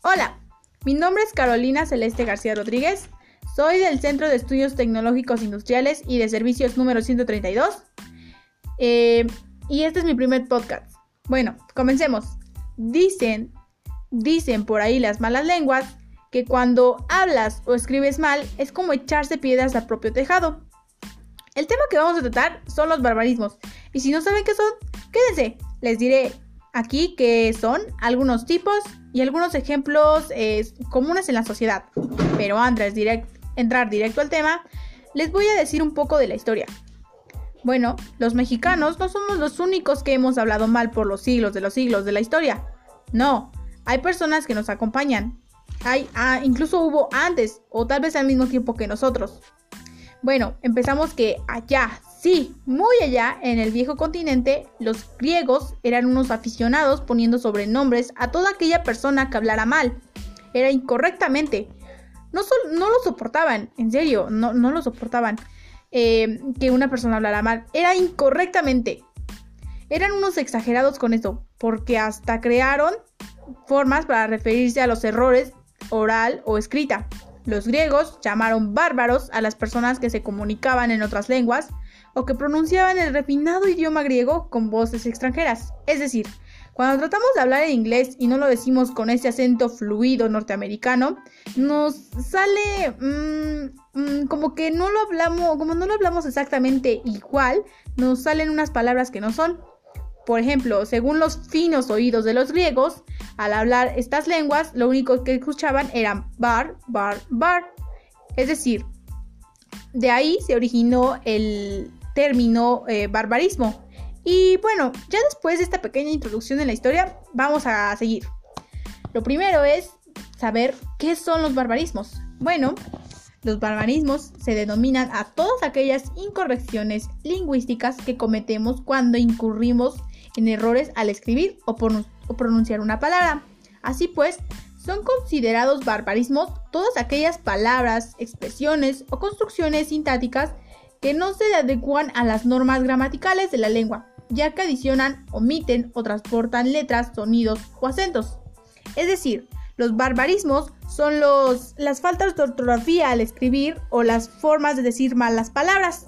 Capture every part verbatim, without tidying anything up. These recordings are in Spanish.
Hola, mi nombre es Carolina Celeste García Rodríguez, soy del Centro de Estudios Tecnológicos Industriales y de Servicios número ciento treinta y dos eh, y este es mi primer podcast. Bueno, comencemos. Dicen, dicen por ahí las malas lenguas que cuando hablas o escribes mal es como echarse piedras al propio tejado. El tema que vamos a tratar son los barbarismos y si no saben qué son, quédense, les diré aquí que son algunos tipos y algunos ejemplos eh, comunes en la sociedad. Pero antes de direct, entrar directo al tema, les voy a decir un poco de la historia. Bueno, los mexicanos no somos los únicos que hemos hablado mal por los siglos de los siglos de la historia. No, hay personas que nos acompañan. Hay, ah, incluso hubo antes o tal vez al mismo tiempo que nosotros. Bueno, empezamos que allá, sí, muy allá, en el viejo continente, los griegos eran unos aficionados poniendo sobrenombres a toda aquella persona que hablara mal. Era incorrectamente. No, so, no lo soportaban, en serio, no, no lo soportaban eh, que una persona hablara mal. Era incorrectamente. Eran unos exagerados con eso, porque hasta crearon formas para referirse a los errores oral o escrita. Los griegos llamaron bárbaros a las personas que se comunicaban en otras lenguas o que pronunciaban el refinado idioma griego con voces extranjeras. Es decir, cuando tratamos de hablar en inglés y no lo decimos con ese acento fluido norteamericano, nos sale mmm, mmm, como que no lo hablamos, como no lo hablamos exactamente igual, nos salen unas palabras que no son. Por ejemplo, según los finos oídos de los griegos, al hablar estas lenguas, lo único que escuchaban eran bar, bar, bar. Es decir, de ahí se originó el término eh, barbarismo. Y bueno, ya después de esta pequeña introducción en la historia, vamos a seguir. Lo primero es saber qué son los barbarismos. Bueno, los barbarismos se denominan a todas aquellas incorrecciones lingüísticas que cometemos cuando incurrimos en errores al escribir o, pronun- o pronunciar una palabra. Así pues, son considerados barbarismos todas aquellas palabras, expresiones o construcciones sintácticas que no se adecuan a las normas gramaticales de la lengua, ya que adicionan, omiten o transportan letras, sonidos o acentos. Es decir, los barbarismos son los, las faltas de ortografía al escribir o las formas de decir mal las palabras.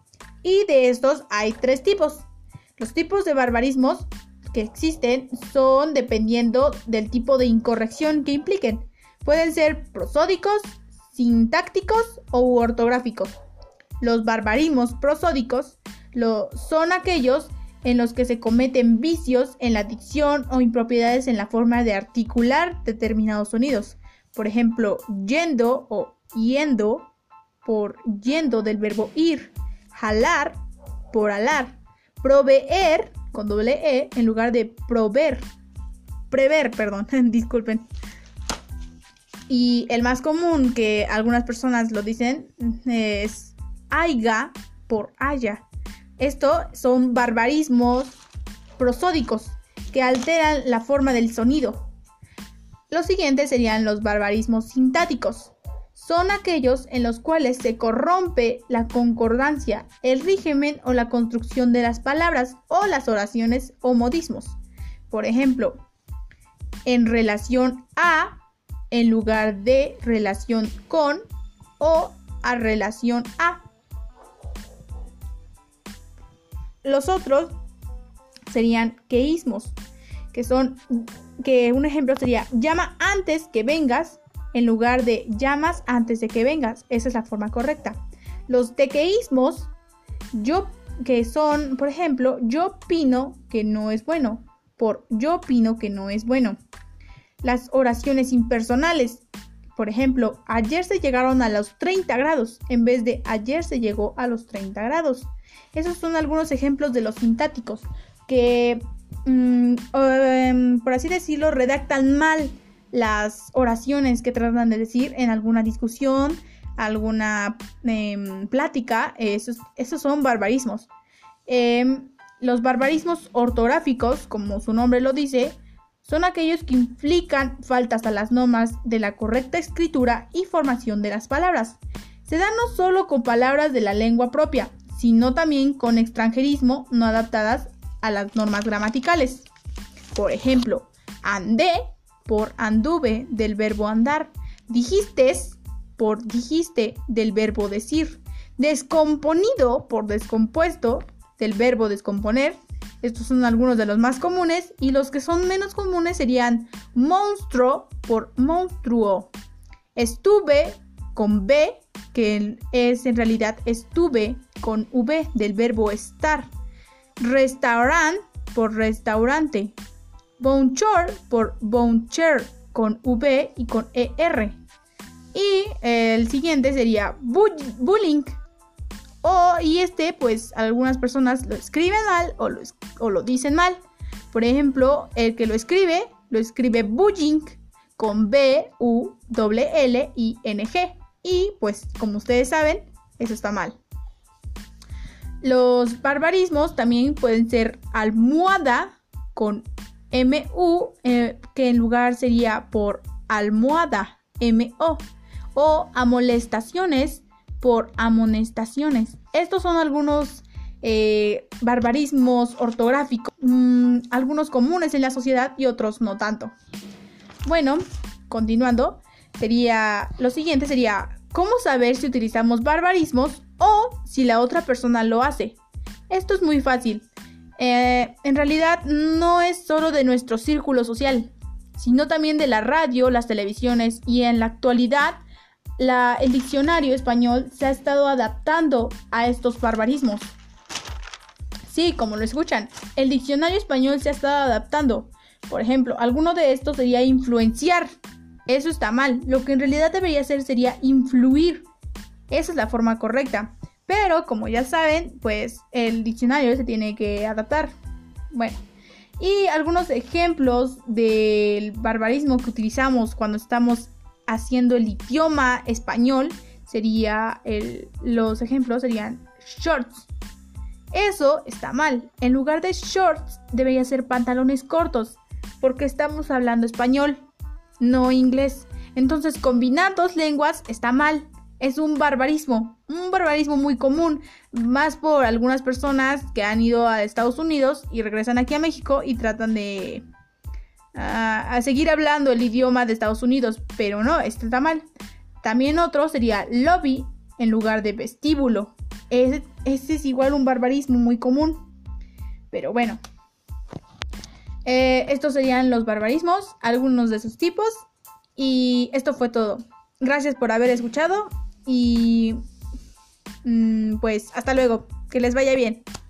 Y de estos hay tres tipos. Los tipos de barbarismos que existen son dependiendo del tipo de incorrección que impliquen. Pueden ser prosódicos, sintácticos o ortográficos. Los barbarismos prosódicos lo, son aquellos en los que se cometen vicios en la dicción o impropiedades en la forma de articular determinados sonidos. Por ejemplo, yendo o yendo por yendo del verbo ir, jalar por alar, proveer con doble E en lugar de prover, prever, perdón, disculpen. Y el más común que algunas personas lo dicen es aiga por haya. Estos son barbarismos prosódicos que alteran la forma del sonido. Los siguientes serían los barbarismos sintáticos. Son aquellos en los cuales se corrompe la concordancia, el régimen o la construcción de las palabras o las oraciones o modismos. Por ejemplo, en relación a en lugar de relación con o a relación a. Los otros serían queísmos, que son que un ejemplo sería llama antes que vengas en lugar de llamas antes de que vengas. Esa es la forma correcta. Los dequeísmos, yo, que son, por ejemplo, yo opino que no es bueno, por yo opino que no es bueno. Las oraciones impersonales, por ejemplo, ayer se llegaron a los treinta grados, en vez de ayer se llegó a los treinta grados. Esos son algunos ejemplos de los sintáticos, que, um, um, por así decirlo, redactan mal las oraciones que tratan de decir en alguna discusión, alguna eh, plática. Esos, esos son barbarismos. Eh, los barbarismos ortográficos, como su nombre lo dice, son aquellos que implican faltas a las normas de la correcta escritura y formación de las palabras. Se dan no solo con palabras de la lengua propia, sino también con extranjerismo no adaptadas a las normas gramaticales. Por ejemplo, andé por anduve del verbo andar. Dijistes por dijiste del verbo decir. Descomponido por descompuesto del verbo descomponer. Estos son algunos de los más comunes, y los que son menos comunes serían monstruo por monstruo. Estuve con B, que es en realidad estuve con V del verbo estar. Restaurant por restaurante. Bonjour por boncher con V y con E R. Y el siguiente sería bu- bullying. O, y este, pues algunas personas lo escriben mal o lo, o lo dicen mal. Por ejemplo, el que lo escribe, lo escribe bullying con B, U, L, L, I, N, G. Y pues, como ustedes saben, eso está mal. Los barbarismos también pueden ser almohada con M, U, eh, que en lugar sería por almohada, M, O. O amolestaciones por amonestaciones. Estos son algunos eh, barbarismos ortográficos, mmm, algunos comunes en la sociedad y otros no tanto. Bueno, continuando, sería lo siguiente sería ¿cómo saber si utilizamos barbarismos o si la otra persona lo hace? Esto es muy fácil. Eh, en realidad no es solo de nuestro círculo social, sino también de la radio, las televisiones, y en la actualidad La, el diccionario español se ha estado adaptando a estos barbarismos. Sí, como lo escuchan, el diccionario español se ha estado adaptando. Por ejemplo, alguno de estos sería influenciar. Eso está mal. Lo que en realidad debería ser sería influir. Esa es la forma correcta. Pero, como ya saben, pues el diccionario se tiene que adaptar. Bueno, y algunos ejemplos del barbarismo que utilizamos cuando estamos haciendo el idioma español sería el, los ejemplos serían shorts. Eso está mal. En lugar de shorts debería ser pantalones cortos, porque estamos hablando español, no inglés. Entonces combinar dos lenguas está mal. Es un barbarismo, un barbarismo muy común, más por algunas personas que han ido a Estados Unidos y regresan aquí a México y tratan de A, a seguir hablando el idioma de Estados Unidos, pero no, esto está mal. También otro sería lobby en lugar de vestíbulo. Ese, ese es igual un barbarismo muy común. Pero bueno, eh, estos serían los barbarismos, algunos de sus tipos. Y esto fue todo. Gracias por haber escuchado y mmm, pues hasta luego. Que les vaya bien.